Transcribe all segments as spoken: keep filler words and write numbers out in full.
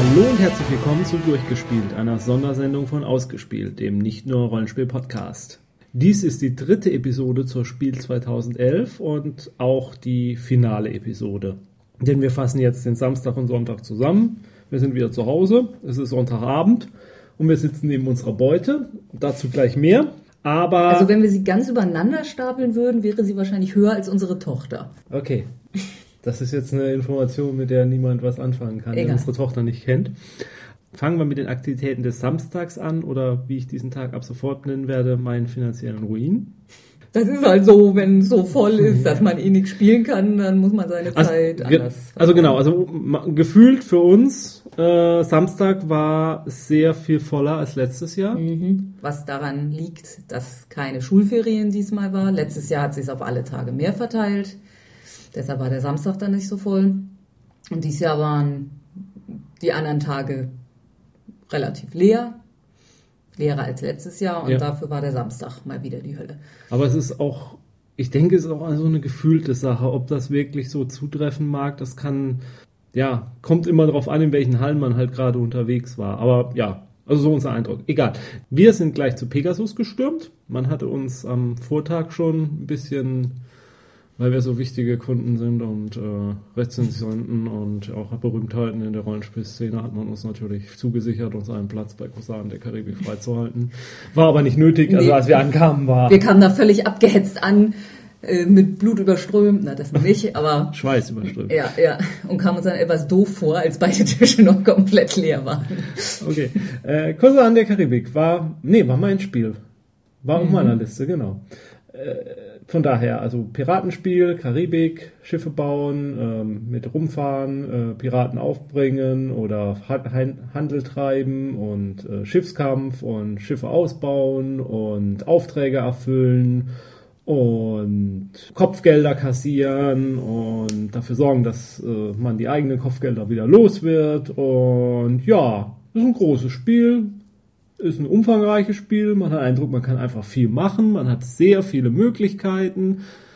Hallo und herzlich willkommen zu Durchgespielt, einer Sondersendung von Ausgespielt, dem nicht nur Rollenspiel-Podcast. Dies ist die dritte Episode zur Spiel zweitausendelf und auch die finale Episode. Denn wir fassen jetzt den Samstag und Sonntag zusammen. Wir sind wieder zu Hause, es ist Sonntagabend und wir sitzen neben unserer Beute. Dazu gleich mehr. Aber also wenn wir sie ganz übereinander stapeln würden, wäre sie wahrscheinlich höher als unsere Tochter. Okay. Das ist jetzt eine Information, mit der niemand was anfangen kann, Egal. der unsere Tochter nicht kennt. Fangen wir mit den Aktivitäten des Samstags an oder wie ich diesen Tag ab sofort nennen werde, meinen finanziellen Ruin. Das ist halt so, wenn es so voll ist, dass man eh nichts spielen kann, dann muss man seine Also, Zeit ge- anders Also genau, also ma- gefühlt für uns, äh, Samstag war sehr viel voller als letztes Jahr. Mhm. Was daran liegt, dass keine Schulferien diesmal war. Letztes Jahr hat sich es auf alle Tage mehr verteilt. Deshalb war der Samstag dann nicht so voll. Und dieses Jahr waren die anderen Tage relativ leer. Leerer als letztes Jahr. Und Ja. dafür war der Samstag mal wieder die Hölle. Aber es ist auch, ich denke, es ist auch so eine gefühlte Sache. Ob das wirklich so zutreffen mag, das kann, ja, kommt immer darauf an, in welchen Hallen man halt gerade unterwegs war. Aber ja, also so unser Eindruck. Egal. Wir sind gleich zu Pegasus gestürmt. Man hatte uns am Vortag schon ein bisschen, weil wir so wichtige Kunden sind und äh, Rezensenten und auch Berühmtheiten in der Rollenspielszene, hat man uns natürlich zugesichert, uns einen Platz bei Kosan der Karibik freizuhalten. War aber nicht nötig, also Nee. als wir ankamen, war Wir kamen da völlig abgehetzt an, äh, mit Blut überströmt, na das nicht, aber Schweiß überströmt. ja, ja, und kam uns dann etwas doof vor, als beide Tische noch komplett leer waren. Okay. Äh, Kosan der Karibik war, nee, war mein Spiel. War auf Mhm. meiner Liste, genau. Äh, von daher, also Piratenspiel, Karibik, Schiffe bauen, ähm, mit rumfahren, äh, Piraten aufbringen oder ha- hein- Handel treiben und äh, Schiffskampf und Schiffe ausbauen und Aufträge erfüllen und Kopfgelder kassieren und dafür sorgen, dass äh, man die eigenen Kopfgelder wieder los wird. Und ja, ist ein großes Spiel. Ist ein umfangreiches Spiel, man hat den Eindruck, man kann einfach viel machen, man hat sehr viele Möglichkeiten,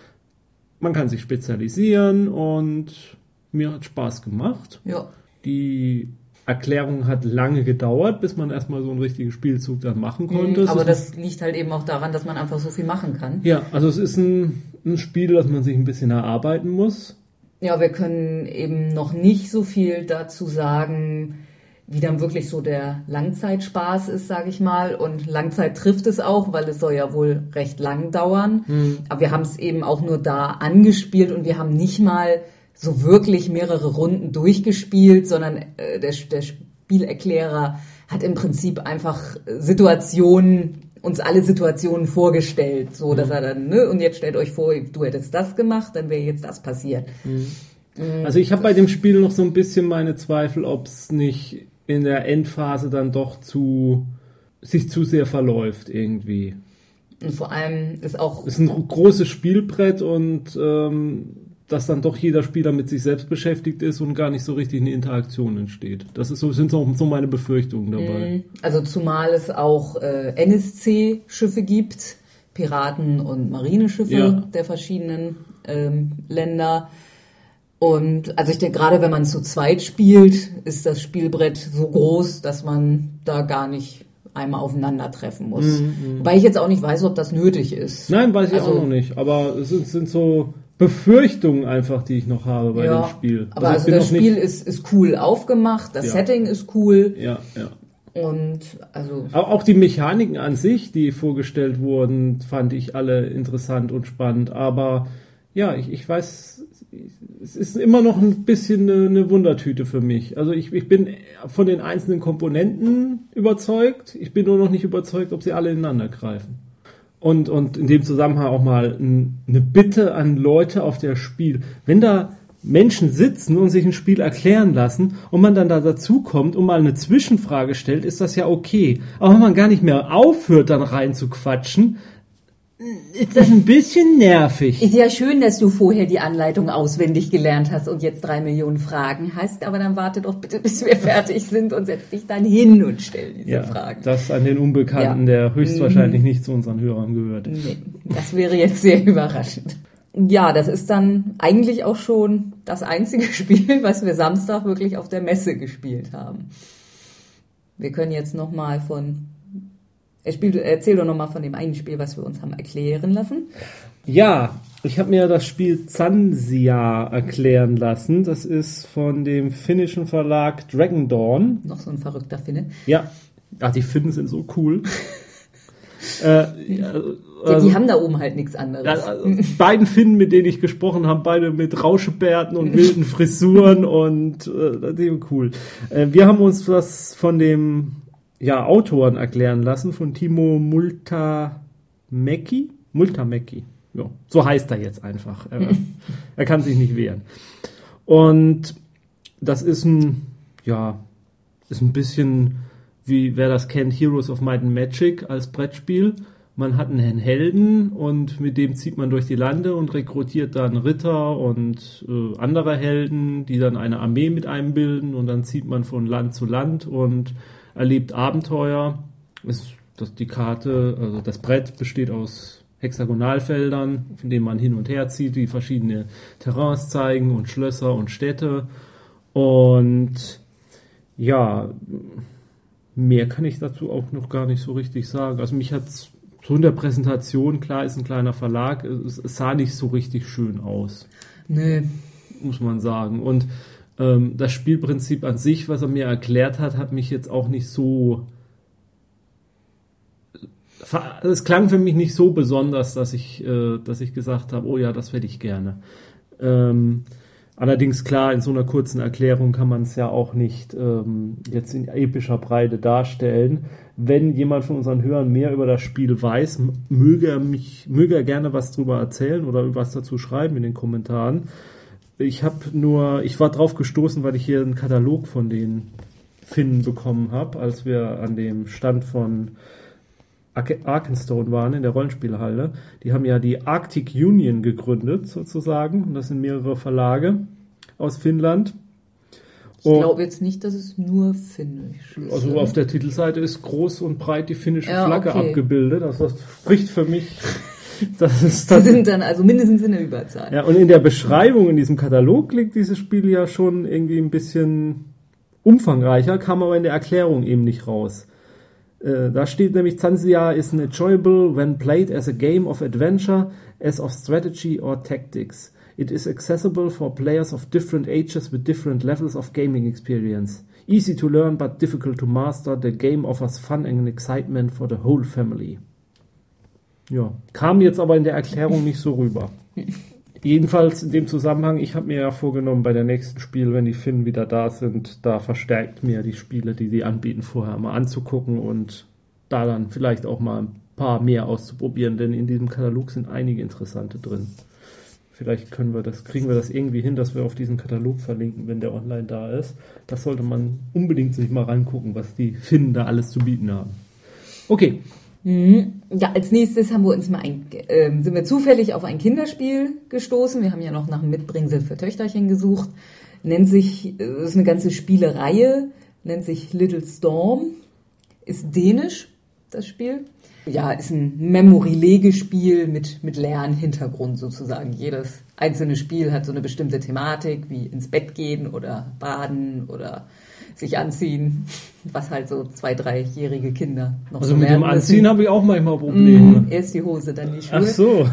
man kann sich spezialisieren und mir hat Spaß gemacht. Ja. Die Erklärung hat lange gedauert, bis man erstmal so einen richtigen Spielzug dann machen konnte. Es Aber ist das liegt halt eben auch daran, dass man einfach so viel machen kann. ja, also es ist ein, ein Spiel, das man sich ein bisschen erarbeiten muss. Ja, wir können eben noch nicht so viel dazu sagen, wie dann wirklich so der Langzeitspaß ist, sage ich mal. Und Langzeit trifft es auch, weil es soll ja wohl recht lang dauern. Mhm. Aber wir haben es eben auch nur da angespielt und wir haben nicht mal so wirklich mehrere Runden durchgespielt, sondern äh, der, der Spielerklärer hat im Prinzip einfach Situationen, uns alle Situationen vorgestellt, so dass er dann, ne, und jetzt stellt euch vor, du hättest das gemacht, dann wäre jetzt das passiert. Mhm. Also ich habe bei dem Spiel noch so ein bisschen meine Zweifel, ob es nicht in der Endphase dann doch zu sich zu sehr verläuft irgendwie. Und vor allem ist auch... Es ist ein großes Spielbrett und ähm, dass dann doch jeder Spieler mit sich selbst beschäftigt ist und gar nicht so richtig eine Interaktion entsteht. Das ist so, sind so, so meine Befürchtungen dabei. Also zumal es auch äh, N S C-Schiffe gibt, Piraten- und Marineschiffe Ja. der verschiedenen ähm, Länder. Und also ich denke, gerade wenn man zu zweit spielt, ist das Spielbrett so groß, dass man da gar nicht einmal aufeinandertreffen muss. Mhm, Wobei ich jetzt auch nicht weiß, ob das nötig ist. Nein, weiß ich Also- auch noch nicht. Aber es sind, sind so Befürchtungen einfach, die ich noch habe bei Ja, dem Spiel. aber ich also bin das noch Spiel nicht, ist, ist cool aufgemacht, das Ja. Setting ist cool ja, ja. und also Aber auch die Mechaniken an sich, die vorgestellt wurden, fand ich alle interessant und spannend. Aber ja, ich, ich weiß, es ist immer noch ein bisschen eine, eine Wundertüte für mich. Also ich, ich bin von den einzelnen Komponenten überzeugt. Ich bin nur noch nicht überzeugt, ob sie alle ineinander greifen. Und, und in dem Zusammenhang auch mal ein, eine Bitte an Leute auf der Spiel. Wenn da Menschen sitzen und sich ein Spiel erklären lassen und man dann da dazukommt und mal eine Zwischenfrage stellt, ist das ja okay. Aber wenn man gar nicht mehr aufhört, dann rein zu quatschen, ist das ein bisschen nervig. ist ja schön, dass du vorher die Anleitung auswendig gelernt hast und jetzt drei Millionen Fragen hast, aber dann warte doch bitte, bis wir fertig sind und setz dich dann hin und stell diese Ja, Fragen. das an den Unbekannten, Ja. der höchstwahrscheinlich nicht zu unseren Hörern gehört. Nee, das wäre jetzt sehr überraschend. Ja, das ist dann eigentlich auch schon das einzige Spiel, was wir Samstag wirklich auf der Messe gespielt haben. Wir können jetzt nochmal von, erzähl doch nochmal von dem einen Spiel, was wir uns haben erklären lassen. Ja, ich habe mir das Spiel Zansia erklären lassen. Das ist von dem finnischen Verlag Dragon Dawn. Noch so ein verrückter Finne. Ja, ach, die Finnen sind so cool. äh, also, ja, die haben da oben halt nichts anderes. Ja, also beiden Finnen, mit denen ich gesprochen habe, beide mit Rauschebärten und wilden Frisuren und äh, die sind cool. Äh, wir haben uns das von dem ja, Autoren erklären lassen, von Timo Multamäki. Multamäki. Ja, so heißt er jetzt einfach. Er, er kann sich nicht wehren. Und das ist ein, ja, ist ein bisschen, wie wer das kennt, Heroes of Might and Magic als Brettspiel. Man hat einen Helden und mit dem zieht man durch die Lande und rekrutiert dann Ritter und äh, andere Helden, die dann eine Armee mit einem bilden und dann zieht man von Land zu Land und erlebt Abenteuer. Ist, das, die Karte, also das Brett besteht aus Hexagonalfeldern, in denen man hin und her zieht, die verschiedene Terrains zeigen und Schlösser und Städte. Und ja, mehr kann ich dazu auch noch gar nicht so richtig sagen. Also mich hat's so in der Präsentation, klar ist ein kleiner Verlag, es, es sah nicht so richtig schön aus. Nee. Muss man sagen. Und ähm, das Spielprinzip an sich, was er mir erklärt hat, hat mich jetzt auch nicht so... Es klang für mich nicht so besonders, dass ich, äh, dass ich gesagt habe, oh ja, das hätte ich gerne. Ähm, allerdings klar, in so einer kurzen Erklärung kann man es ja auch nicht ähm, jetzt in epischer Breite darstellen. Wenn jemand von unseren Hörern mehr über das Spiel weiß, möge er mich, möge er gerne was drüber erzählen oder was dazu schreiben in den Kommentaren. Ich habe nur, ich war drauf gestoßen, weil ich hier einen Katalog von den Finnen bekommen habe, als wir an dem Stand von Arkenstone waren in der Rollenspielhalle. Die haben ja die Arctic Union gegründet, sozusagen. Und das sind mehrere Verlage aus Finnland. Ich glaube jetzt nicht, dass es nur Finnisch ist. Also oder? auf der Titelseite ist groß und breit die finnische ja, Flagge okay. abgebildet. Also das spricht für mich. Das ist das sind dann also mindestens in der Überzahl. Ja, und in der Beschreibung in diesem Katalog liegt dieses Spiel ja schon irgendwie ein bisschen umfangreicher, kam aber in der Erklärung eben nicht raus. Uh, da steht nämlich, Zansia is an enjoyable when played as a game of adventure, as of strategy or tactics. It is accessible for players of different ages with different levels of gaming experience. Easy to learn but difficult to master, the game offers fun and excitement for the whole family. Ja, kam jetzt aber in der Erklärung nicht so rüber. Jedenfalls in dem Zusammenhang, ich habe mir ja vorgenommen, bei der nächsten Spiel, wenn die Finnen wieder da sind, da verstärkt mir die Spiele, die sie anbieten, vorher mal anzugucken und da dann vielleicht auch mal ein paar mehr auszuprobieren, denn in diesem Katalog sind einige interessante drin. Vielleicht können wir das, kriegen wir das irgendwie hin, dass wir auf diesen Katalog verlinken, wenn der online da ist. Das sollte man unbedingt sich mal rangucken, was die Finnen da alles zu bieten haben. Okay. Ja, als nächstes haben wir uns mal ein, äh, sind wir zufällig auf ein Kinderspiel gestoßen. Wir haben ja noch nach einem Mitbringsel für Töchterchen gesucht. Nennt sich, äh, ist eine ganze Spielereihe, nennt sich Little Storm. Ist dänisch, das Spiel. Ja, ist ein Memory-Legespiel mit, mit Lernhintergrund sozusagen. Jedes einzelne Spiel hat so eine bestimmte Thematik, wie ins Bett gehen oder baden oder sich anziehen, was halt so zwei-, dreijährige Kinder noch also so mit dem müssen. Anziehen habe ich auch manchmal Probleme. Mm, erst die Hose, dann die Schuhe. Ach so.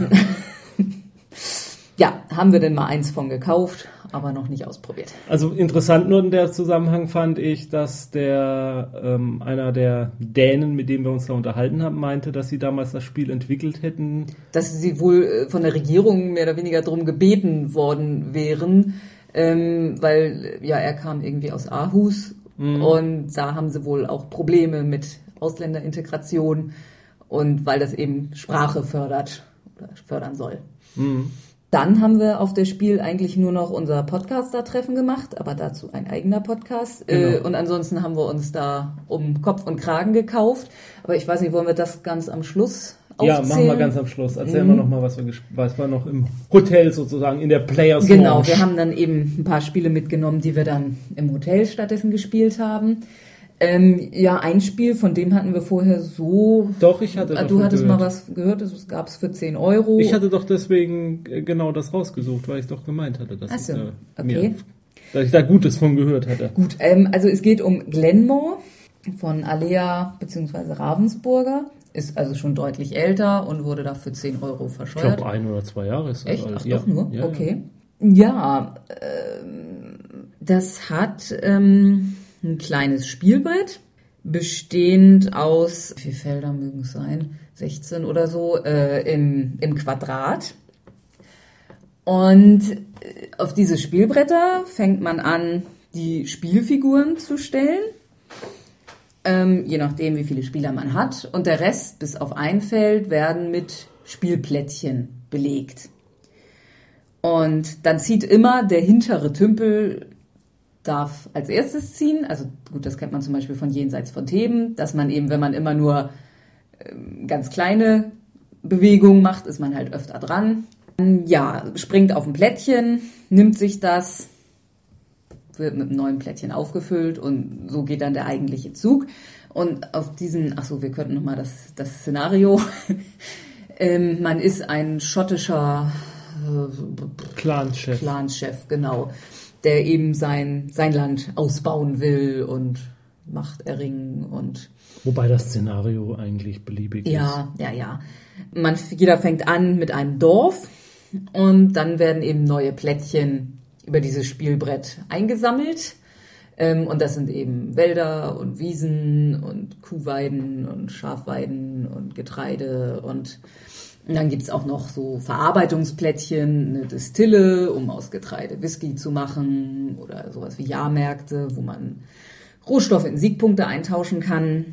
Ja, haben wir denn mal eins von gekauft, aber noch nicht ausprobiert. Also interessant nur in der Zusammenhang fand ich, dass der ähm, einer der Dänen, mit dem wir uns da unterhalten haben, meinte, dass sie damals das Spiel entwickelt hätten. Dass sie wohl äh, von der Regierung mehr oder weniger darum gebeten worden wären, ähm, weil ja er kam irgendwie aus Aarhus mhm. und da haben sie wohl auch Probleme mit Ausländerintegration und weil das eben Sprache fördert oder fördern soll. Mhm. Dann haben wir auf das Spiel eigentlich nur noch unser Podcaster-Treffen gemacht, aber dazu ein eigener Podcast. Genau. Äh, und ansonsten haben wir uns da um Kopf und Kragen gekauft. Aber ich weiß nicht, wollen wir das ganz am Schluss aufzählen? Ja, machen wir ganz am Schluss. Erzählen wir mhm. nochmal, was wir, was wir noch im Hotel sozusagen, in der Players Lounge. Genau, wir haben dann eben ein paar Spiele mitgenommen, die wir dann im Hotel stattdessen gespielt haben. Ähm, ja, ein Spiel, von dem hatten wir vorher so... Doch, ich hatte äh, Du hattest gehört. mal was gehört, das gab es für zehn Euro. Ich hatte doch deswegen genau das rausgesucht, weil ich doch gemeint hatte, dass, Ach so, ich, äh, okay. mir, dass ich da Gutes von gehört hatte. Gut, ähm, also es geht um Glenmore von Alea bzw. Ravensburger. Ist also schon deutlich älter und wurde da für zehn Euro verscheuert. Ich glaube, ein oder zwei Jahre ist das Echt? alt. Ach, ja. doch nur? Ja, okay. Ja, ja ähm, das hat ähm, ein kleines Spielbrett, bestehend aus, wie viele Felder mögen es sein? sechzehn oder so, äh, im, im Quadrat. Und auf diese Spielbretter fängt man an, die Spielfiguren zu stellen. Ähm, je nachdem, wie viele Spieler man hat. Und der Rest, bis auf ein Feld, werden mit Spielplättchen belegt. Und dann zieht immer der hintere Tümpel, darf als erstes ziehen. Also gut, das kennt man zum Beispiel von Jenseits von Theben, dass man eben, wenn man immer nur ähm, ganz kleine Bewegungen macht, ist man halt öfter dran. Ja, springt auf ein Plättchen, nimmt sich das, wird mit einem neuen Plättchen aufgefüllt und so geht dann der eigentliche Zug. Und auf diesen, ach so, wir könnten nochmal das, das Szenario. ähm, man ist ein schottischer äh, Clanchef. Clanchef, genau, der eben sein, sein Land ausbauen will und Macht erringen und... Wobei das Szenario eigentlich beliebig ja, ist. Ja, ja, ja. Man, jeder fängt an mit einem Dorf und dann werden eben neue Plättchen über dieses Spielbrett eingesammelt. Ähm, und das sind eben Wälder und Wiesen und Kuhweiden und Schafweiden und Getreide. Und, und dann gibt's auch noch so Verarbeitungsplättchen, eine Distille, um aus Getreide Whisky zu machen oder sowas wie Jahrmärkte, wo man Rohstoffe in Siegpunkte eintauschen kann.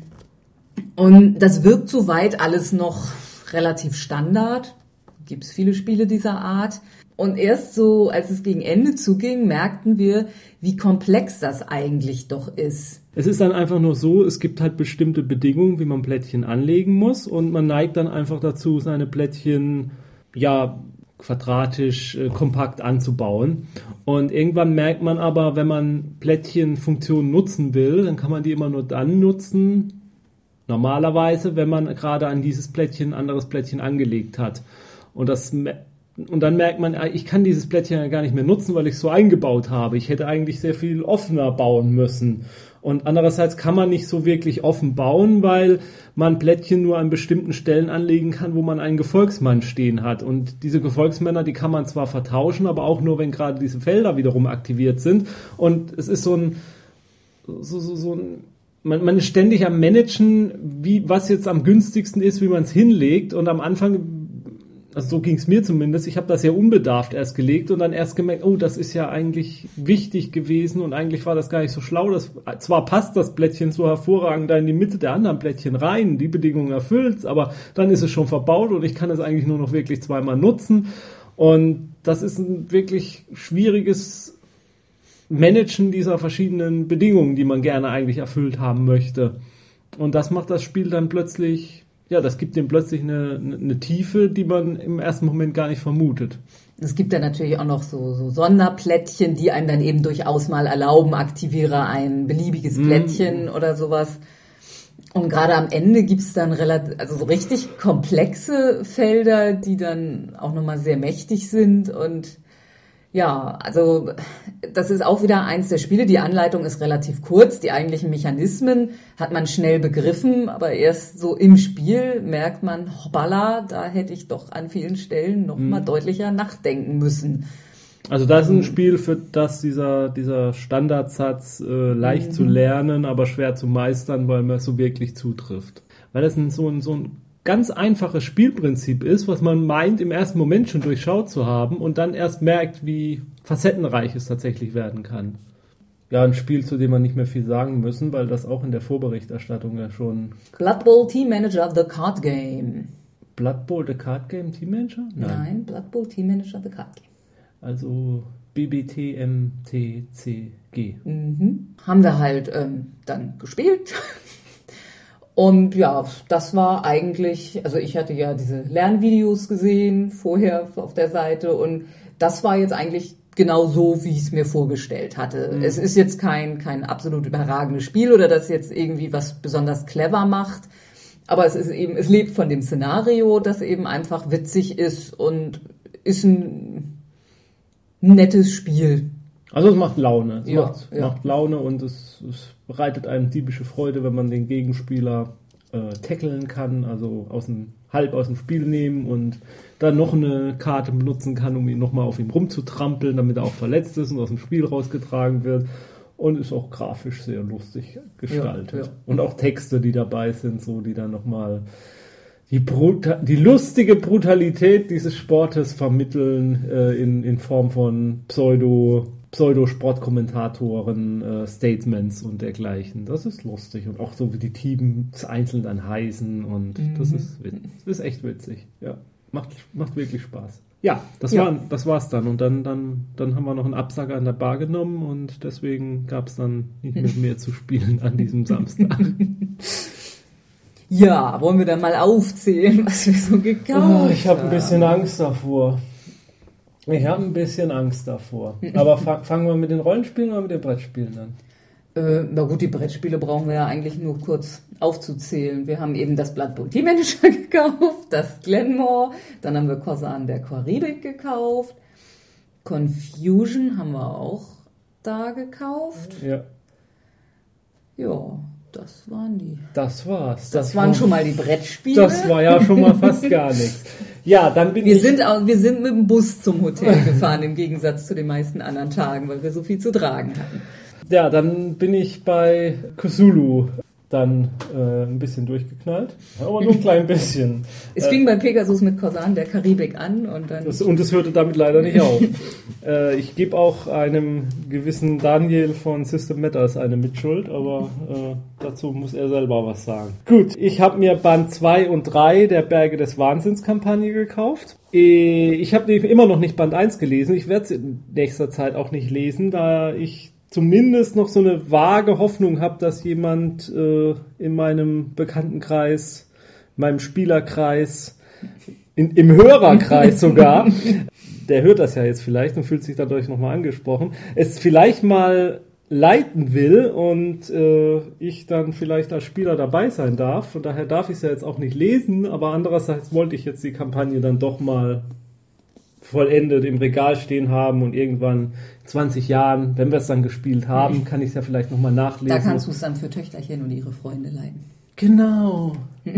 Und das wirkt soweit alles noch relativ Standard. Gibt's viele Spiele dieser Art. Und erst so, als es gegen Ende zuging, merkten wir, wie komplex das eigentlich doch ist. Es ist dann einfach nur so, es gibt halt bestimmte Bedingungen, wie man Plättchen anlegen muss. Und man neigt dann einfach dazu, seine Plättchen, ja, quadratisch, äh, kompakt anzubauen. Und irgendwann merkt man aber, wenn man Plättchenfunktionen nutzen will, dann kann man die immer nur dann nutzen, normalerweise, wenn man gerade an dieses Plättchen ein anderes Plättchen angelegt hat. Und das und dann merkt man, ich kann dieses Plättchen ja gar nicht mehr nutzen, weil ich es so eingebaut habe. Ich hätte eigentlich sehr viel offener bauen müssen. Und andererseits kann man nicht so wirklich offen bauen, weil man Plättchen nur an bestimmten Stellen anlegen kann, wo man einen Gefolgsmann stehen hat. Und diese Gefolgsmänner, die kann man zwar vertauschen, aber auch nur, wenn gerade diese Felder wiederum aktiviert sind. Und es ist so ein, so, so, so ein, man, man ist ständig am Managen, wie, was jetzt am günstigsten ist, wie man es hinlegt. Und am Anfang, also so ging es mir zumindest, ich habe das ja unbedarft erst gelegt und dann erst gemerkt, oh, das ist ja eigentlich wichtig gewesen und eigentlich war das gar nicht so schlau. Das, zwar passt das Plättchen so hervorragend da in die Mitte der anderen Plättchen rein, die Bedingungen erfüllt, aber dann ist es schon verbaut und ich kann es eigentlich nur noch wirklich zweimal nutzen. Und das ist ein wirklich schwieriges Managen dieser verschiedenen Bedingungen, die man gerne eigentlich erfüllt haben möchte. Und das macht das Spiel dann plötzlich... Ja, das gibt dem plötzlich eine, eine Tiefe, die man im ersten Moment gar nicht vermutet. Es gibt dann natürlich auch noch so, so Sonderplättchen, die einem dann eben durchaus mal erlauben, aktiviere ein beliebiges Plättchen mm. oder sowas. Und gerade am Ende gibt's dann relativ, also so richtig komplexe Felder, die dann auch nochmal sehr mächtig sind. Und ja, also das ist auch wieder eins der Spiele. Die Anleitung ist relativ kurz. Die eigentlichen Mechanismen hat man schnell begriffen, aber erst so im Spiel merkt man, hoppala, da hätte ich doch an vielen Stellen noch mal hm. deutlicher nachdenken müssen. Also das ist ein Spiel, für das dieser, dieser Standardsatz äh, leicht mhm. zu lernen, aber schwer zu meistern, weil man es so wirklich zutrifft. Weil das ein, so ein, so ein ganz einfaches Spielprinzip ist, was man meint, im ersten Moment schon durchschaut zu haben und dann erst merkt, wie facettenreich es tatsächlich werden kann. Ja, ein Spiel, zu dem wir nicht mehr viel sagen müssen, weil das auch in der Vorberichterstattung ja schon... Blood Bowl Team Manager The Card Game. Blood Bowl The Card Game Team Manager? Nein, Nein Blood Bowl Team Manager The Card Game. Also B B T M T C G. Mhm. Haben wir halt ähm, dann gespielt. Und ja, das war eigentlich, also ich hatte ja diese Lernvideos gesehen vorher auf der Seite und das war jetzt eigentlich genau so, wie ich es mir vorgestellt hatte. Mhm. Es ist jetzt kein, kein absolut überragendes Spiel oder das jetzt irgendwie was besonders clever macht. Aber es ist eben, es lebt von dem Szenario, das eben einfach witzig ist und ist ein nettes Spiel. Also es macht Laune. Es ja, macht, ja. macht Laune und es, es bereitet einem diebische Freude, wenn man den Gegenspieler äh, tackeln kann, also aus dem, halb aus dem Spiel nehmen und dann noch eine Karte benutzen kann, um ihn nochmal auf ihn rumzutrampeln, damit er auch verletzt ist und aus dem Spiel rausgetragen wird. Und ist auch grafisch sehr lustig gestaltet. Ja, ja. Und auch Texte, die dabei sind, so die dann nochmal die, Bruta- die lustige Brutalität dieses Sportes vermitteln äh, in, in Form von Pseudo, Pseudo-Sportkommentatoren, äh, Statements und dergleichen. Das ist lustig. Und auch so wie die Teams einzeln dann heißen. Und mhm. das ist, das ist echt witzig. Ja, macht, macht wirklich Spaß. Ja, das, ja. War, das war's dann. Und dann, dann, dann haben wir noch einen Absager an der Bar genommen und deswegen gab es dann nicht mehr, mehr zu spielen an diesem Samstag. Ja, wollen wir dann mal aufzählen, was wir so gekauft haben? Oh, ich habe ein bisschen Angst davor. Ich habe ein bisschen Angst davor. Aber fa- fangen wir mit den Rollenspielen oder mit den Brettspielen an? Äh, na gut, die Brettspiele brauchen wir ja eigentlich nur kurz aufzuzählen. Wir haben eben das Blood Bowl Team Manager gekauft, das Glenmore, dann haben wir Khazan der Karibik gekauft, Confusion haben wir auch da gekauft. Ja. Ja, das waren die. Das war's. Das, das waren war, schon mal die Brettspiele. Das war ja schon mal fast gar nichts. Ja, dann bin wir ich... Sind auch, wir sind mit dem Bus zum Hotel gefahren, im Gegensatz zu den meisten anderen Tagen, weil wir so viel zu tragen hatten. Ja, dann bin ich bei Cthulhu dann äh, ein bisschen durchgeknallt, aber nur ein klein bisschen. Es fing äh, bei Pegasus mit Khazan der Karibik an und dann... Das, und es hörte damit leider nicht auf. äh, ich gebe auch einem gewissen Daniel von System Matters eine Mitschuld, aber äh, dazu muss er selber was sagen. Gut, ich habe mir Band zwei und drei der Berge des Wahnsinns Kampagne gekauft. Ich habe immer noch nicht Band eins gelesen, ich werde es in nächster Zeit auch nicht lesen, da ich zumindest noch so eine vage Hoffnung habe, dass jemand äh, in meinem Bekanntenkreis, in meinem Spielerkreis, in, im Hörerkreis sogar, der hört das ja jetzt vielleicht und fühlt sich dadurch nochmal angesprochen, es vielleicht mal leiten will und äh, ich dann vielleicht als Spieler dabei sein darf. Von daher darf ich es ja jetzt auch nicht lesen, aber andererseits wollte ich jetzt die Kampagne dann doch mal vollendet im Regal stehen haben und irgendwann zwanzig Jahren, wenn wir es dann gespielt haben, kann ich es ja vielleicht nochmal nachlesen. Da kannst du es dann für Töchterchen und ihre Freunde leiten. Genau.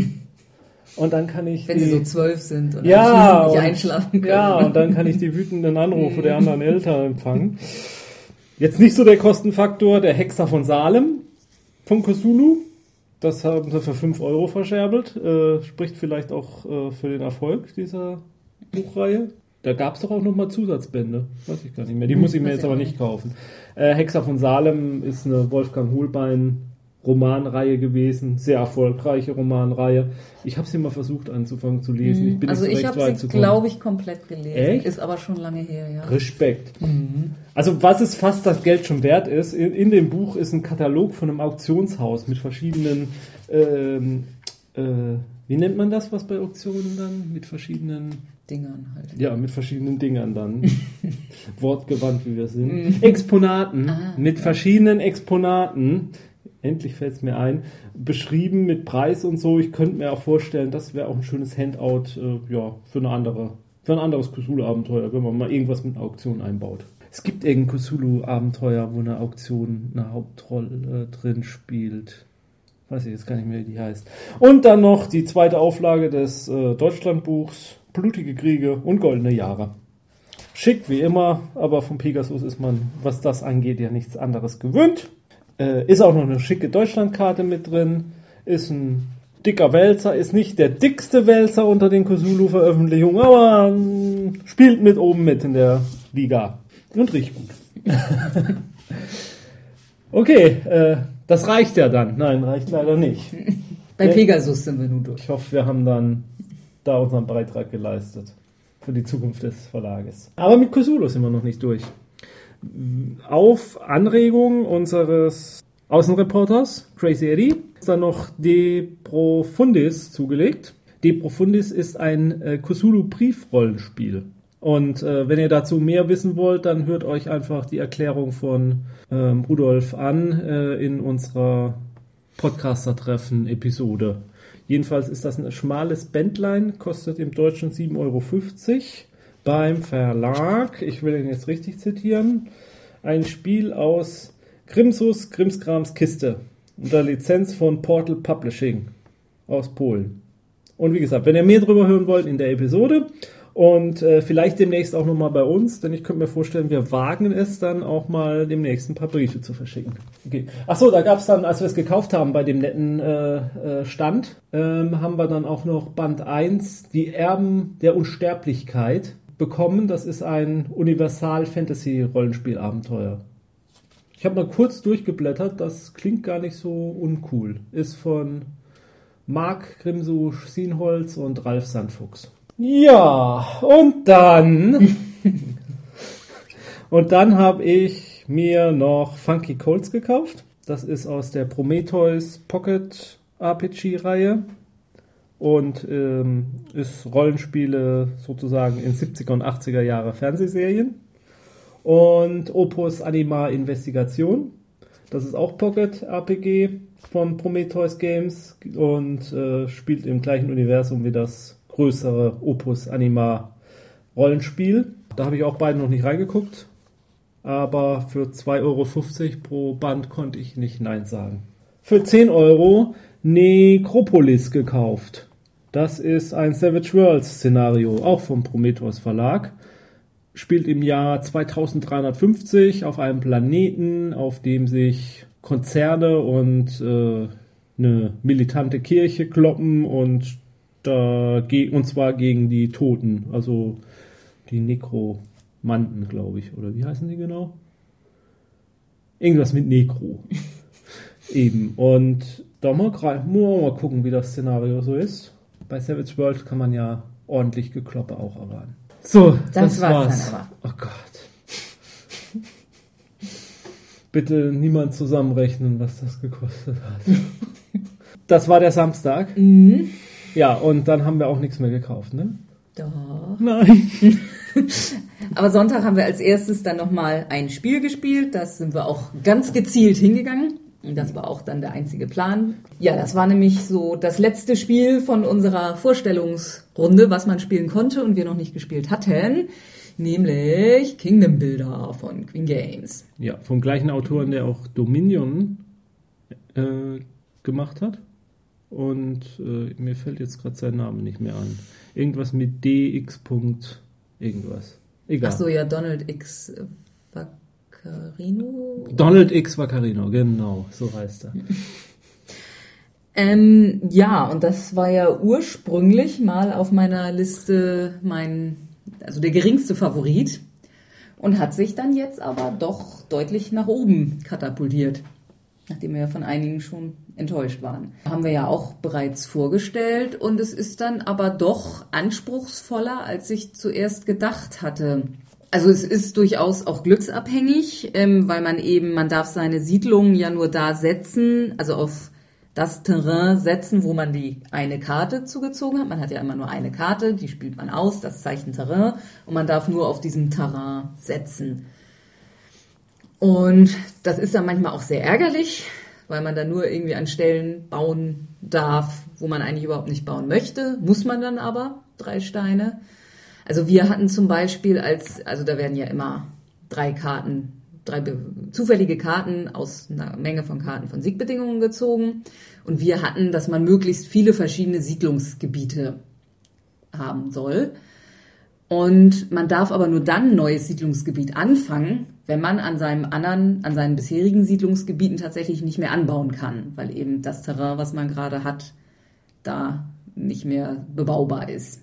Und dann kann ich... Wenn die, sie so zwölf sind und ja, nicht und, einschlafen können. Ja, und dann kann ich die wütenden Anrufe der anderen Eltern empfangen. Jetzt nicht so der Kostenfaktor, der Hexer von Salem von Cthulhu. Das haben sie für fünf Euro verscherbelt. Äh, spricht vielleicht auch äh, für den Erfolg dieser Buchreihe. Da gab es doch auch nochmal Zusatzbände. Weiß ich gar nicht mehr. Die muss ich mir jetzt aber nicht kaufen. Äh, Hexer von Salem ist eine Wolfgang Hohlbein Romanreihe gewesen. Sehr erfolgreiche Romanreihe. Ich habe sie mal versucht anzufangen zu lesen. Ich bin also nicht so ich recht weit habe zu sie, kommen. glaube ich, komplett gelesen. Echt? Ist aber schon lange her, ja. Respekt. Mhm. Also was es fast das Geld schon wert ist, in, in dem Buch ist ein Katalog von einem Auktionshaus mit verschiedenen, ähm, äh, wie nennt man das, was bei Auktionen dann? Mit verschiedenen... Dingern halt. Ja, mit verschiedenen Dingern dann. Wortgewandt, wie wir sind. Exponaten. Ah, mit ja. verschiedenen Exponaten. Endlich fällt es mir ein. Beschrieben mit Preis und so. Ich könnte mir auch vorstellen, das wäre auch ein schönes Handout äh, ja, für eine andere, für ein anderes Cthulhu-Abenteuer, wenn man mal irgendwas mit einer Auktion einbaut. Es gibt irgendein Cthulhu-Abenteuer, wo eine Auktion eine Hauptrolle äh, drin spielt. Weiß ich jetzt gar nicht mehr, wie die heißt. Und dann noch die zweite Auflage des äh, Deutschlandbuchs Blutige Kriege und goldene Jahre. Schick wie immer, aber vom Pegasus ist man, was das angeht, ja nichts anderes gewöhnt. Äh, ist auch noch eine schicke Deutschlandkarte mit drin. Ist ein dicker Wälzer, ist nicht der dickste Wälzer unter den Cthulhu-Veröffentlichungen, aber ähm, spielt mit oben mit in der Liga und riecht gut. Okay, äh, das reicht ja dann. Nein, reicht leider nicht. Bei Pegasus sind wir nun durch. Ich hoffe, wir haben dann da unseren Beitrag geleistet für die Zukunft des Verlages. Aber mit Cthulhu sind wir noch nicht durch. Auf Anregung unseres Außenreporters Crazy Eddie ist dann noch De Profundis zugelegt. De Profundis ist ein äh, Cthulhu-Briefrollenspiel. Und äh, wenn ihr dazu mehr wissen wollt, dann hört euch einfach die Erklärung von ähm, Rudolf an äh, in unserer Podcaster-Treffen-Episode. Jedenfalls ist das ein schmales Bändlein, kostet im Deutschen sieben Euro fünfzig beim Verlag, ich will ihn jetzt richtig zitieren, ein Spiel aus Grimsus Krimskrams Kiste unter Lizenz von Portal Publishing aus Polen. Und wie gesagt, wenn ihr mehr darüber hören wollt in der Episode und äh, vielleicht demnächst auch nochmal bei uns, denn ich könnte mir vorstellen, wir wagen es dann auch mal demnächst ein paar Briefe zu verschicken. Okay. Achso, da gab es dann, als wir es gekauft haben bei dem netten äh, äh, Stand, ähm, haben wir dann auch noch Band eins, die Erben der Unsterblichkeit, bekommen. Das ist ein Universal-Fantasy-Rollenspiel-Abenteuer. Ich habe mal kurz durchgeblättert, das klingt gar nicht so uncool. Ist von Marc Grimsu-Sienholz und Ralf Sandfuchs. Ja, und dann und dann habe ich mir noch Funky Colts gekauft. Das ist aus der Prometheus Pocket R P G-Reihe und ähm, ist Rollenspiele sozusagen in siebziger und achtziger Jahre Fernsehserien. Und Opus Anima Investigation. Das ist auch Pocket R P G von Prometheus Games und äh, spielt im gleichen Universum wie das größere Opus Anima Rollenspiel. Da habe ich auch beide noch nicht reingeguckt, aber für zwei Euro fünfzig pro Band konnte ich nicht Nein sagen. Für zehn Euro Necropolis gekauft. Das ist ein Savage Worlds Szenario, auch vom Prometheus Verlag. Spielt im Jahr zweitausenddreihundertfünfzig auf einem Planeten, auf dem sich Konzerne und äh, eine militante Kirche kloppen und da und zwar gegen die Toten, also die Nekromanten, glaube ich, oder wie heißen die genau? Irgendwas mit Nekro. Eben. Und da mal, mal gucken, wie das Szenario so ist. Bei Savage World kann man ja ordentlich Gekloppe auch erwarten. So, das, das war's, war's dann aber. Oh Gott. Bitte niemand zusammenrechnen, was das gekostet hat. Das war der Samstag. Mhm. Ja, und dann haben wir auch nichts mehr gekauft, ne? Doch. Nein. Aber Sonntag haben wir als erstes dann nochmal ein Spiel gespielt. Das sind wir auch ganz gezielt hingegangen. Und das war auch dann der einzige Plan. Ja, das war nämlich so das letzte Spiel von unserer Vorstellungsrunde, was man spielen konnte und wir noch nicht gespielt hatten. Nämlich Kingdom Builder von Queen Games. Ja, vom gleichen Autoren, der auch Dominion äh, gemacht hat. Und äh, mir fällt jetzt gerade sein Name nicht mehr an. Irgendwas mit D X. Irgendwas. Egal. Ach so, ja, Donald X. Vaccarino? Donald X. Vaccarino, genau, so heißt er. ähm, ja, und das war ja ursprünglich mal auf meiner Liste mein, also der geringste Favorit und hat sich dann jetzt aber doch deutlich nach oben katapultiert. Nachdem wir ja von einigen schon enttäuscht waren. Haben wir ja auch bereits vorgestellt und es ist dann aber doch anspruchsvoller, als ich zuerst gedacht hatte. Also es ist durchaus auch glücksabhängig, ähm, weil man eben, man darf seine Siedlungen ja nur da setzen, also auf das Terrain setzen, wo man die eine Karte zugezogen hat. Man hat ja immer nur eine Karte, die spielt man aus, das Zeichen Terrain und man darf nur auf diesem Terrain setzen. Und das ist dann manchmal auch sehr ärgerlich, weil man dann nur irgendwie an Stellen bauen darf, wo man eigentlich überhaupt nicht bauen möchte. Muss man dann aber, drei Steine. Also wir hatten zum Beispiel als, also da werden ja immer drei Karten, drei be- zufällige Karten aus einer Menge von Karten von Siegbedingungen gezogen. Und wir hatten, dass man möglichst viele verschiedene Siedlungsgebiete haben soll. Und man darf aber nur dann ein neues Siedlungsgebiet anfangen, wenn man an seinem anderen, an seinen bisherigen Siedlungsgebieten tatsächlich nicht mehr anbauen kann, weil eben das Terrain, was man gerade hat, da nicht mehr bebaubar ist.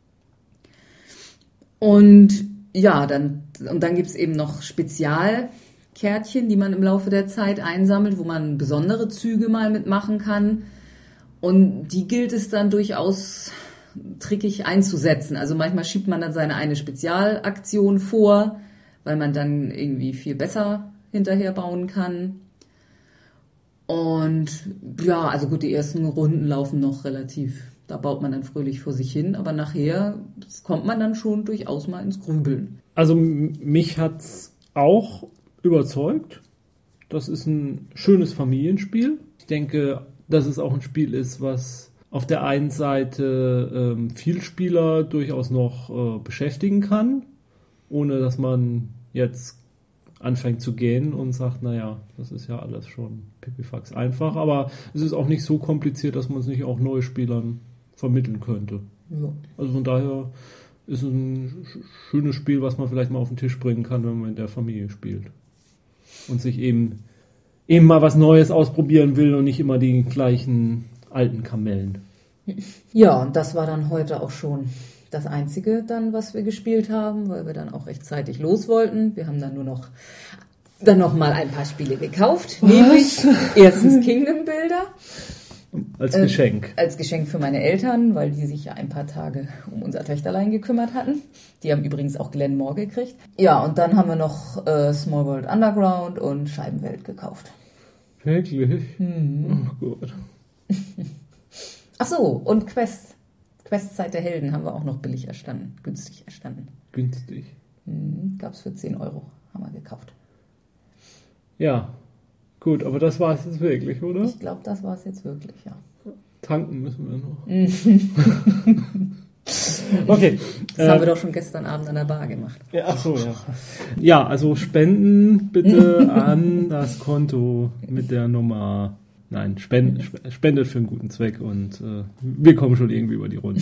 Und ja, dann, und dann gibt's eben noch Spezialkärtchen, die man im Laufe der Zeit einsammelt, wo man besondere Züge mal mitmachen kann. Und die gilt es dann durchaus trickig einzusetzen. Also manchmal schiebt man dann seine eine Spezialaktion vor, weil man dann irgendwie viel besser hinterher bauen kann. Und ja, also gut, die ersten Runden laufen noch relativ Da baut man dann fröhlich vor sich hin, aber nachher kommt man dann schon durchaus mal ins Grübeln. Also mich hat's auch überzeugt. Das ist ein schönes Familienspiel. Ich denke, dass es auch ein Spiel ist, was auf der einen Seite ähm, Vielspieler durchaus noch äh, beschäftigen kann, ohne dass man jetzt anfängt zu gähnen und sagt, naja, das ist ja alles schon pipifax einfach, aber es ist auch nicht so kompliziert, dass man es nicht auch Neuspielern vermitteln könnte. Ja. Also von daher ist es ein sch- schönes Spiel, was man vielleicht mal auf den Tisch bringen kann, wenn man in der Familie spielt. Und sich eben, eben mal was Neues ausprobieren will und nicht immer die gleichen alten Kamellen. Ja, und das war dann heute auch schon das Einzige dann, was wir gespielt haben, weil wir dann auch rechtzeitig los wollten. Wir haben dann nur noch dann noch mal ein paar Spiele gekauft, was? Nämlich erstens Kingdom Builder. Als äh, Geschenk. Als Geschenk für meine Eltern, weil die sich ja ein paar Tage um unser Töchterlein gekümmert hatten. Die haben übrigens auch Glen Moore gekriegt. Ja, und dann haben wir noch äh, Small World Underground und Scheibenwelt gekauft. Wirklich? Mhm. Oh Gott. Ach so, und Quest. Questzeit der Helden haben wir auch noch billig erstanden, günstig erstanden. Günstig. Mhm, gab es für zehn Euro, haben wir gekauft. Ja, gut, aber das war es jetzt wirklich, oder? Ich glaube, das war es jetzt wirklich, ja. Tanken müssen wir noch. Okay. Das äh, haben wir doch schon gestern Abend an der Bar gemacht. Ja, ach so, ja. Ja, also spenden bitte an das Konto mit der Nummer... Nein, spend, spendet für einen guten Zweck und äh, wir kommen schon irgendwie über die Runde.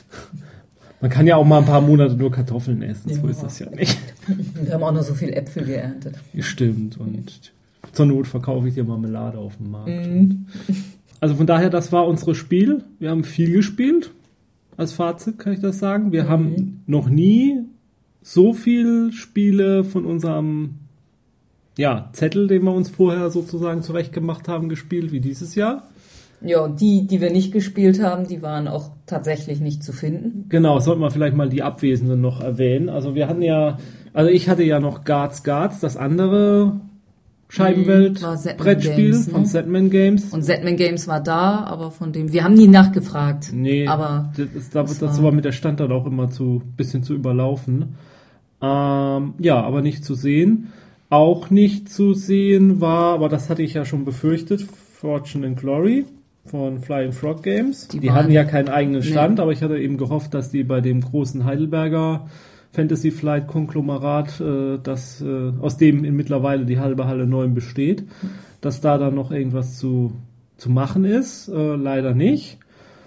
Man kann ja auch mal ein paar Monate nur Kartoffeln essen, ja. So ist das ja nicht. Wir haben auch noch so viel Äpfel geerntet. Stimmt, und zur Not verkaufe ich dir Marmelade auf dem Markt. Mhm. Also von daher, das war unser Spiel. Wir haben viel gespielt. Als Fazit kann ich das sagen. Wir mhm. haben noch nie so viele Spiele von unserem ja, Zettel, den wir uns vorher sozusagen zurechtgemacht haben, gespielt wie dieses Jahr. Ja, und die, die wir nicht gespielt haben, die waren auch tatsächlich nicht zu finden. Genau, sollten wir vielleicht mal die Abwesenden noch erwähnen. Also wir hatten ja, also ich hatte ja noch Guards Guards, das andere Scheibenwelt-Brettspiel Games, von ne? Zetman Games. Und Zetman Games war da, aber von dem, wir haben nie nachgefragt. Nee, aber das, das, das war mit der Stand dann auch immer zu bisschen zu überlaufen. Ähm, ja, aber nicht zu sehen. Auch nicht zu sehen war, aber das hatte ich ja schon befürchtet, Fortune and Glory von Flying Frog Games. Die, die hatten ja keinen eigenen Stand, nee. Aber ich hatte eben gehofft, dass die bei dem großen Heidelberger Fantasy Flight Konglomerat, äh, das äh, aus dem in mittlerweile die halbe Halle neun besteht, dass da dann noch irgendwas zu, zu machen ist. Äh, leider nicht.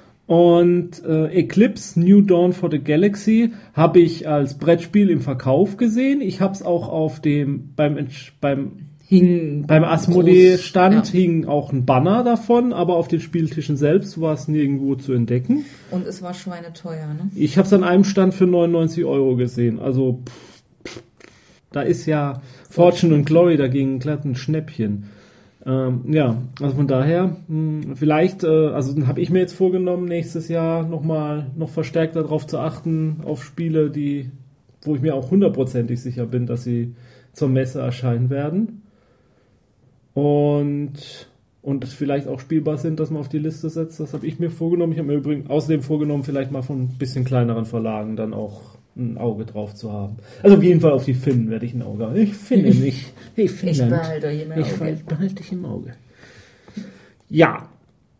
Und äh, Eclipse New Dawn for the Galaxy habe ich als Brettspiel im Verkauf gesehen. Ich habe es auch auf dem beim beim hing beim Asmodee Stand ja. hing auch ein Banner davon, aber auf den Spieltischen selbst war es nirgendwo zu entdecken. Und es war schweineteuer, ne? Ich habe es an einem Stand für neunundneunzig Euro gesehen. Also pff, pff, da ist ja Fortune und Glory dagegen glatt ein Schnäppchen. Ähm, ja, also von daher, mh, vielleicht, äh, also dann habe ich mir jetzt vorgenommen, nächstes Jahr nochmal noch verstärkt darauf zu achten, auf Spiele, die, wo ich mir auch hundertprozentig sicher bin, dass sie zur Messe erscheinen werden. Und, und vielleicht auch spielbar sind, dass man auf die Liste setzt. Das habe ich mir vorgenommen. Ich habe mir übrigens außerdem vorgenommen, vielleicht mal von ein bisschen kleineren Verlagen dann auch ein Auge drauf zu haben. Also auf jeden Fall auf die Finnen werde ich ein Auge haben. Ich finde nicht. Hey, Finnland. Ich behalte euch im Auge. Ich behalte dich im Auge. Ja.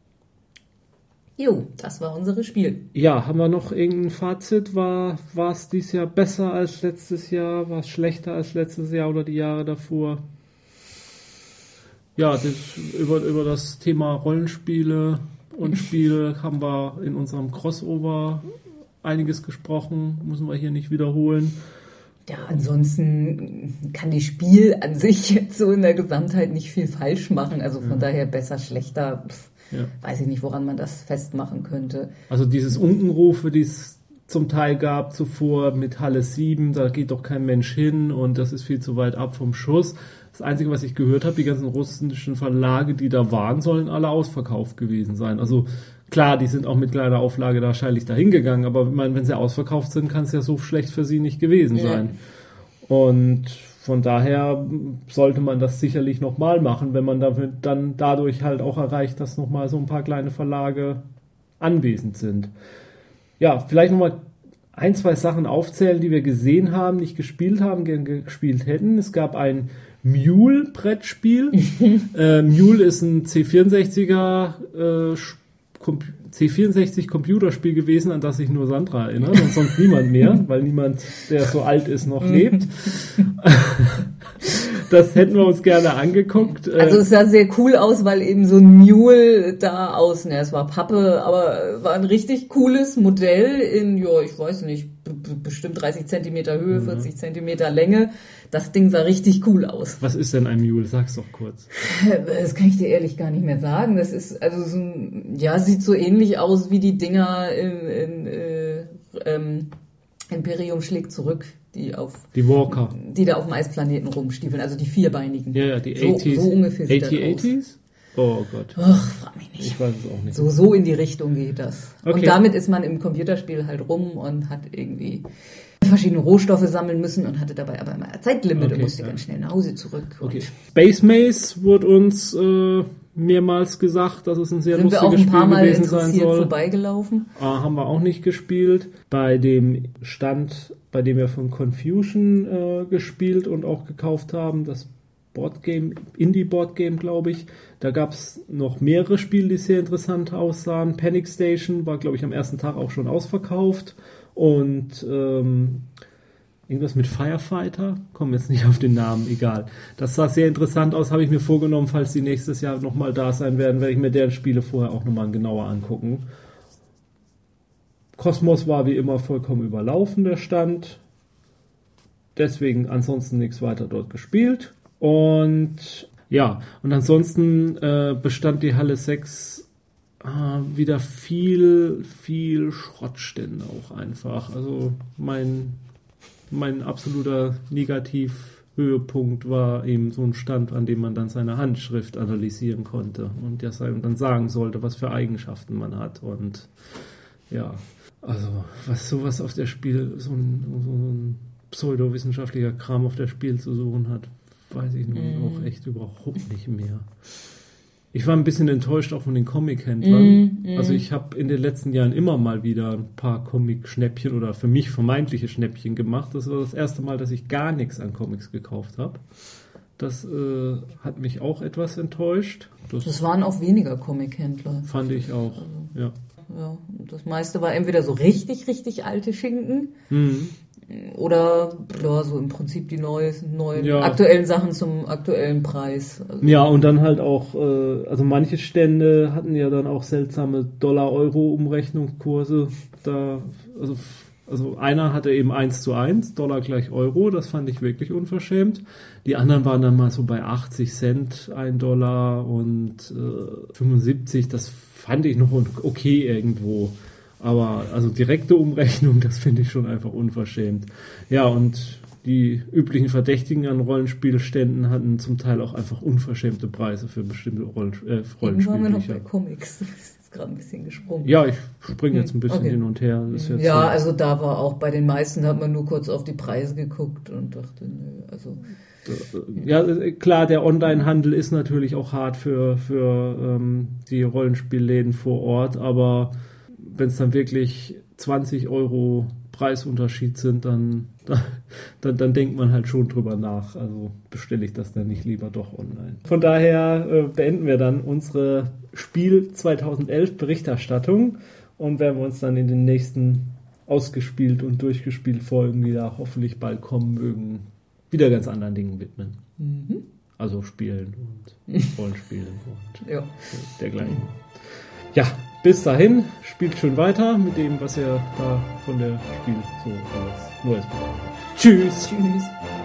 Jo, das war unser Spiel. Ja, haben wir noch irgendein Fazit? War war es dieses Jahr besser als letztes Jahr? War es schlechter als letztes Jahr oder die Jahre davor? Ja, das, über, über das Thema Rollenspiele und Spiele haben wir in unserem Crossover einiges gesprochen, müssen wir hier nicht wiederholen. Ja, ansonsten kann die Spiel an sich jetzt so in der Gesamtheit nicht viel falsch machen. Also von ja. daher besser, schlechter, pff, ja. weiß ich nicht, woran man das festmachen könnte. Also dieses Unkenrufe, die es zum Teil gab zuvor mit Halle sieben, da geht doch kein Mensch hin und das ist viel zu weit ab vom Schuss. Das Einzige, was ich gehört habe, die ganzen russischen Verlage, die da waren, sollen alle ausverkauft gewesen sein. Also klar, die sind auch mit kleiner Auflage da wahrscheinlich dahin gegangen, aber ich meine, wenn sie ausverkauft sind, kann es ja so schlecht für sie nicht gewesen sein. Ja. Und von daher sollte man das sicherlich nochmal machen, wenn man damit dann dadurch halt auch erreicht, dass nochmal so ein paar kleine Verlage anwesend sind. Ja, vielleicht nochmal ein, zwei Sachen aufzählen, die wir gesehen haben, nicht gespielt haben, gerne gespielt hätten. Es gab ein Mule-Brettspiel. äh, Mule ist ein C vierundsechziger äh, C vierundsechzig Computerspiel gewesen, an das sich nur Sandra erinnert und sonst niemand mehr, weil niemand, der so alt ist, noch lebt. Das hätten wir uns gerne angeguckt. Also es sah sehr cool aus, weil eben so ein Mule da außen, ja, es war Pappe, aber war ein richtig cooles Modell in, ja, ich weiß nicht, b- b- bestimmt dreißig Zentimeter Höhe, mhm. vierzig Zentimeter Länge. Das Ding sah richtig cool aus. Was ist denn ein Mule? Sag's doch kurz. Das kann ich dir ehrlich gar nicht mehr sagen. Das ist, also so ein, ja, sieht so ähnlich aus wie die Dinger in, in äh, ähm, Imperium schlägt zurück, die auf die Walker, die da auf dem Eisplaneten rumstiefeln, also die vierbeinigen. Ja, ja, die so, achtziger. So ungefähr sieht das aus. achtziger? Oh Gott. Ach, frag mich nicht. Ich weiß es auch nicht. So, so in die Richtung geht das. Okay. Und damit ist man im Computerspiel halt rum und hat irgendwie verschiedene Rohstoffe sammeln müssen und hatte dabei aber immer ein Zeitlimit okay, und musste ja. ganz schnell nach Hause zurück. Okay. Space Maze wurde uns äh, mehrmals gesagt, dass es ein sehr Sind lustiges Spiel gewesen sein soll. Sind wir auch ein paar Mal interessiert vorbeigelaufen. Äh, haben wir auch nicht gespielt. Bei dem Stand, bei dem wir von Confusion äh, gespielt und auch gekauft haben, das Boardgame, Indie-Boardgame, glaube ich. Da gab es noch mehrere Spiele, die sehr interessant aussahen. Panic Station war, glaube ich, am ersten Tag auch schon ausverkauft. Und ähm, irgendwas mit Firefighter, kommen jetzt nicht auf den Namen, egal. Das sah sehr interessant aus, habe ich mir vorgenommen, falls die nächstes Jahr nochmal da sein werden, werde ich mir deren Spiele vorher auch nochmal genauer angucken. Kosmos war wie immer vollkommen überlaufen, der Stand. Deswegen ansonsten nichts weiter dort gespielt. Und ja, und ansonsten äh, bestand die Halle sechs äh, wieder viel, viel Schrottstände auch einfach. Also mein, mein absoluter Negativ-Höhepunkt war eben so ein Stand, an dem man dann seine Handschrift analysieren konnte und das einem dann sagen sollte, was für Eigenschaften man hat. Und ja, also was sowas auf der Spiel, so ein, so ein pseudowissenschaftlicher Kram auf der Spiel zu suchen hat, weiß ich nun mm. auch echt überhaupt nicht mehr. Ich war ein bisschen enttäuscht auch von den Comic-Händlern. Mm, mm. Also ich habe in den letzten Jahren immer mal wieder ein paar Comic-Schnäppchen oder für mich vermeintliche Schnäppchen gemacht. Das war das erste Mal, dass ich gar nichts an Comics gekauft habe. Das äh, hat mich auch etwas enttäuscht. Das, das waren auch weniger Comic-Händler. Fand ich auch, also, ja. Ja, das meiste war entweder so richtig, richtig alte Schinken mhm. oder ja, so im Prinzip die neuesten, neuen, ja. aktuellen Sachen zum aktuellen Preis. Also, ja, und dann halt auch, äh, also manche Stände hatten ja dann auch seltsame Dollar-Euro-Umrechnungskurse. Da, also, also einer hatte eben eins zu eins, Dollar gleich Euro, das fand ich wirklich unverschämt. Die anderen waren dann mal so bei achtzig Cent, ein Dollar und äh, fünfundsiebzig, das fand ich noch okay irgendwo. Aber also direkte Umrechnung, das finde ich schon einfach unverschämt. Ja, und die üblichen Verdächtigen an Rollenspielständen hatten zum Teil auch einfach unverschämte Preise für bestimmte Rollen, äh, Rollenspielbücher. Waren wir noch bei Comics. Du bist jetzt gerade ein bisschen gesprungen. Ja, ich springe jetzt ein bisschen okay. hin und her. Das ist jetzt ja, so. Also da war auch bei den meisten, hat man nur kurz auf die Preise geguckt und dachte, nö, also... Ja, klar, der Online-Handel ist natürlich auch hart für, für ähm, die Rollenspielläden vor Ort, aber wenn es dann wirklich zwanzig Euro Preisunterschied sind, dann, dann, dann denkt man halt schon drüber nach. Also bestelle ich das dann nicht lieber doch online. Von daher äh, beenden wir dann unsere Spiel zweitausendelf Berichterstattung und werden wir uns dann in den nächsten ausgespielt und durchgespielt Folgen, die da hoffentlich bald kommen mögen, wieder ganz anderen Dingen widmen. Mhm. Also Spielen und Rollenspielen und ja. dergleichen. Ja, bis dahin, spielt schön weiter mit dem, was ihr da von der Spiel so alles Neues bekommt. Tschüss! Tschüss!